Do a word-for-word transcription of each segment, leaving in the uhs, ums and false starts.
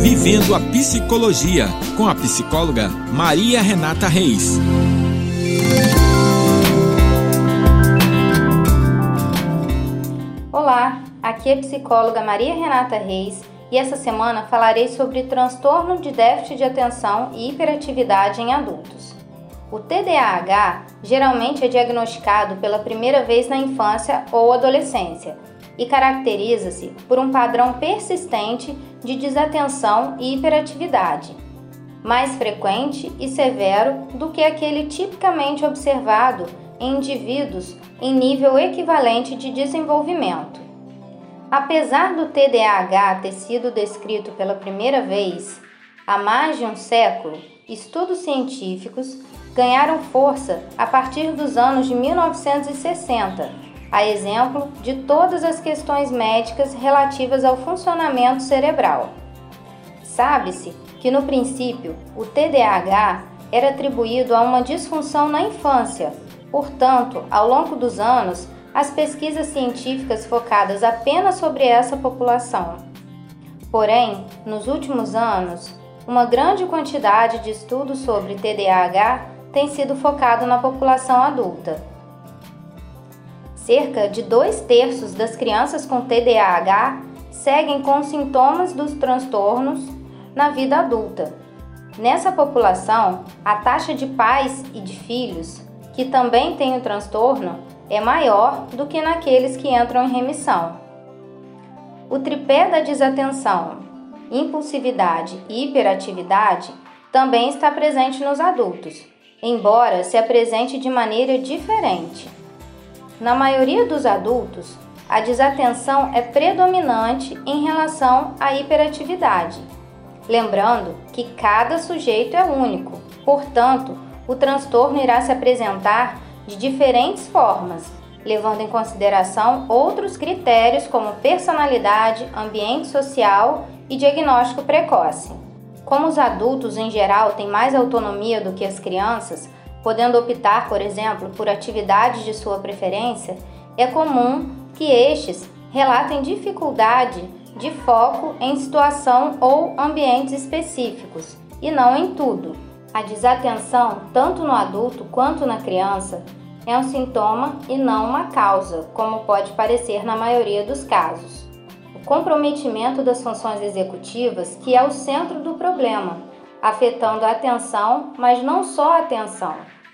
Vivendo a Psicologia, com a psicóloga Maria Renata Reis. Olá, aqui é a psicóloga Maria Renata Reis e essa semana falarei sobre transtorno de déficit de atenção e hiperatividade em adultos. O T D A H geralmente é diagnosticado pela primeira vez na infância ou adolescência e caracteriza-se por um padrão persistente de desatenção e hiperatividade, mais frequente e severo do que aquele tipicamente observado em indivíduos em nível equivalente de desenvolvimento. Apesar do T D A H ter sido descrito pela primeira vez há mais de um século, estudos científicos ganharam força a partir dos anos de mil novecentos e sessenta, a exemplo de todas as questões médicas relativas ao funcionamento cerebral. Sabe-se que, no princípio, o T D A H era atribuído a uma disfunção na infância. Portanto, ao longo dos anos, as pesquisas científicas focadas apenas sobre essa população. Porém, nos últimos anos, uma grande quantidade de estudos sobre T D A H tem sido focado na população adulta. Cerca de dois terços das crianças com T D A H seguem com sintomas dos transtornos na vida adulta. Nessa população, a taxa de pais e de filhos que também têm o transtorno é maior do que naqueles que entram em remissão. O tripé da desatenção, impulsividade e hiperatividade também está presente nos adultos, embora se apresente de maneira diferente. Na maioria dos adultos, a desatenção é predominante em relação à hiperatividade. Lembrando que cada sujeito é único, portanto, o transtorno irá se apresentar de diferentes formas, levando em consideração outros critérios como personalidade, ambiente social e diagnóstico precoce. Como os adultos em geral têm mais autonomia do que as crianças, podendo optar, por exemplo, por atividades de sua preferência, é comum que estes relatem dificuldade de foco em situação ou ambientes específicos, e não em tudo. A desatenção, tanto no adulto quanto na criança, é um sintoma e não uma causa, como pode parecer na maioria dos casos. O comprometimento das funções executivas que é o centro do problema, afetando a atenção, mas não só a atenção.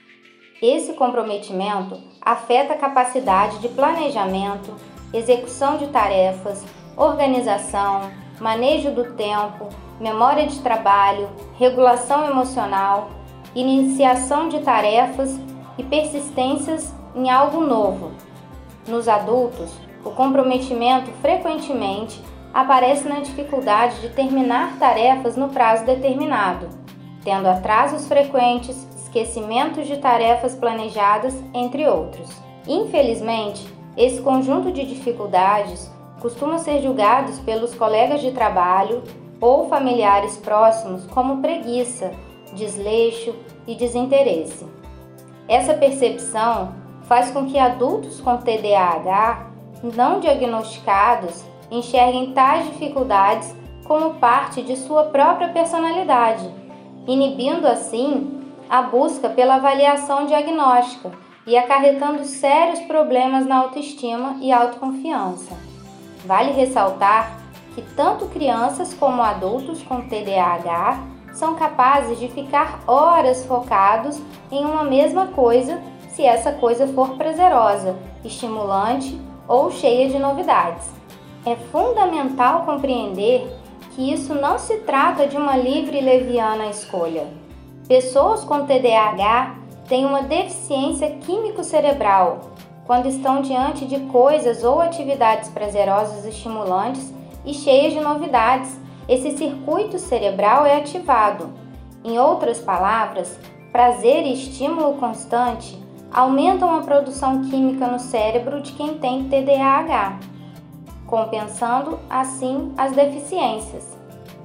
Esse comprometimento afeta a capacidade de planejamento, execução de tarefas, organização, manejo do tempo, memória de trabalho, regulação emocional, iniciação de tarefas e persistências em algo novo. Nos adultos, o comprometimento frequentemente aparece na dificuldade de terminar tarefas no prazo determinado, tendo atrasos frequentes, esquecimentos de tarefas planejadas, entre outros. Infelizmente, esse conjunto de dificuldades costuma ser julgados pelos colegas de trabalho ou familiares próximos como preguiça, desleixo e desinteresse. Essa percepção faz com que adultos com T D A H não diagnosticados enxerguem tais dificuldades como parte de sua própria personalidade, inibindo assim a busca pela avaliação diagnóstica e acarretando sérios problemas na autoestima e autoconfiança. Vale ressaltar que tanto crianças como adultos com T D A H são capazes de ficar horas focados em uma mesma coisa se essa coisa for prazerosa, estimulante ou cheia de novidades. É fundamental compreender que isso não se trata de uma livre e leviana escolha. Pessoas com T D A H têm uma deficiência químico-cerebral. Quando estão diante de coisas ou atividades prazerosas, estimulantes e cheias de novidades, esse circuito cerebral é ativado. Em outras palavras, prazer e estímulo constante aumentam a produção química no cérebro de quem tem T D A H, compensando assim as deficiências.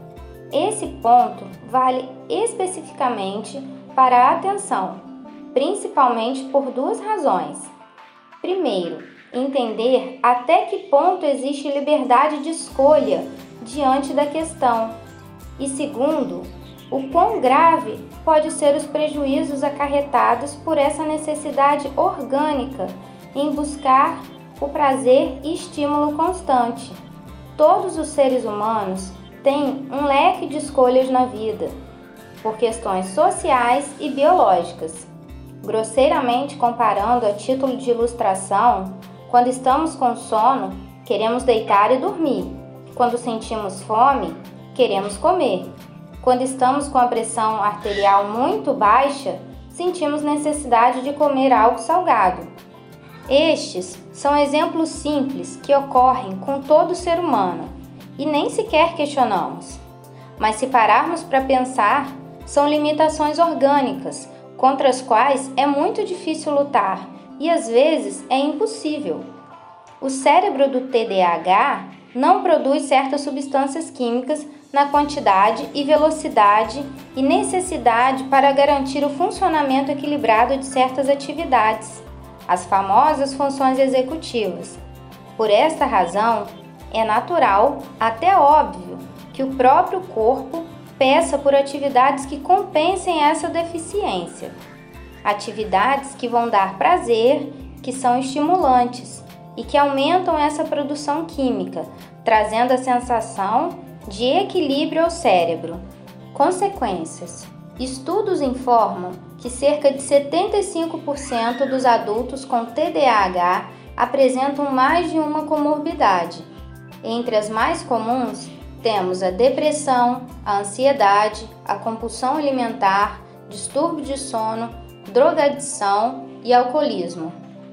Esse ponto vale especificamente para a atenção, principalmente por duas razões. Primeiro, entender até que ponto existe liberdade de escolha diante da questão. E segundo, o quão grave pode ser os prejuízos acarretados por essa necessidade orgânica em buscar o prazer e estímulo constante. Todos os seres humanos têm um leque de escolhas na vida, por questões sociais e biológicas. Grosseiramente comparando a título de ilustração, quando estamos com sono, queremos deitar e dormir. Quando sentimos fome, queremos comer. Quando estamos com a pressão arterial muito baixa, sentimos necessidade de comer algo salgado. Estes são exemplos simples que ocorrem com todo ser humano e nem sequer questionamos. Mas se pararmos para pensar, são limitações orgânicas contra as quais é muito difícil lutar e às vezes é impossível. O cérebro do T D A H não produz certas substâncias químicas na quantidade e velocidade e necessidade para garantir o funcionamento equilibrado de certas atividades, as famosas funções executivas. Por esta razão, é natural, até óbvio, que o próprio corpo peça por atividades que compensem essa deficiência. Atividades que vão dar prazer, que são estimulantes e que aumentam essa produção química, trazendo a sensação de equilíbrio ao cérebro. Consequências: estudos informam que cerca de setenta e cinco por cento dos adultos com T D A H apresentam mais de uma comorbidade. Entre as mais comuns, temos a depressão, a ansiedade, a compulsão alimentar, distúrbio de sono, drogadição e alcoolismo.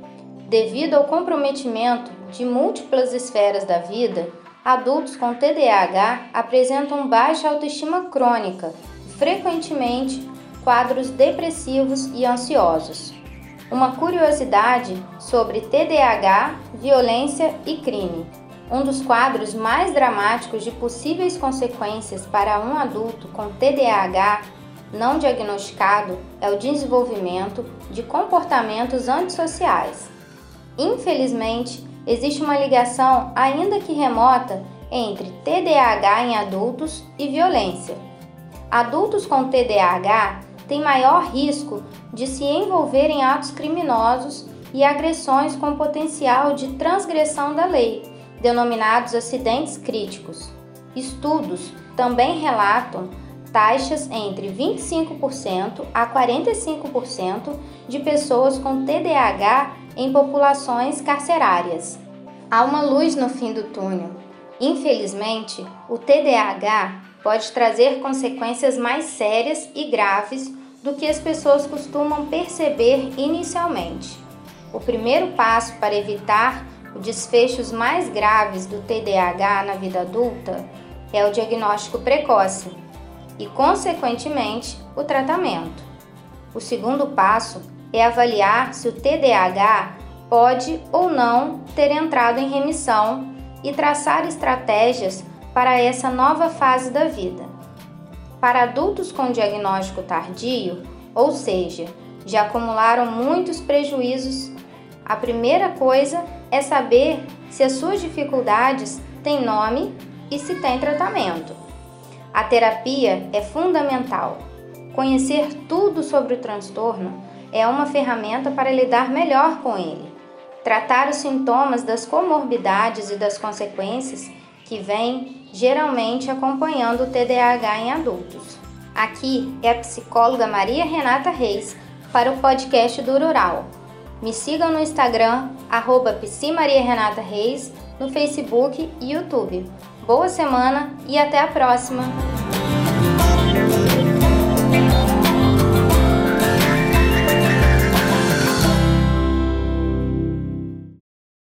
Devido ao comprometimento de múltiplas esferas da vida, adultos com T D A H apresentam baixa autoestima crônica e, frequentemente, quadros depressivos e ansiosos. Uma curiosidade sobre T D A H, violência e crime. Um dos quadros mais dramáticos de possíveis consequências para um adulto com T D A H não diagnosticado é o desenvolvimento de comportamentos antissociais. Infelizmente, existe uma ligação, ainda que remota, entre T D A H em adultos e violência. Adultos com T D A H têm maior risco de se envolver em atos criminosos e agressões com potencial de transgressão da lei, denominados acidentes críticos. Estudos também relatam taxas entre vinte e cinco por cento a quarenta e cinco por cento de pessoas com T D A H em populações carcerárias. Há uma luz no fim do túnel. Infelizmente, o T D A H pode trazer consequências mais sérias e graves do que as pessoas costumam perceber inicialmente. O primeiro passo para evitar os desfechos mais graves do T D A H na vida adulta é o diagnóstico precoce e, consequentemente, o tratamento. O segundo passo é avaliar se o T D A H pode ou não ter entrado em remissão e traçar estratégias para essa nova fase da vida. Para adultos com diagnóstico tardio, ou seja, já acumularam muitos prejuízos, a primeira coisa é saber se as suas dificuldades têm nome e se tem tratamento. A terapia é fundamental. Conhecer tudo sobre o transtorno é uma ferramenta para lidar melhor com ele. Tratar os sintomas das comorbidades e das consequências que vêm geralmente acompanhando o T D A H em adultos. Aqui é a psicóloga Maria Renata Reis para o podcast do Rural. Me sigam no Instagram, arroba psimariarenatareis, no Facebook e YouTube. Boa semana e até a próxima!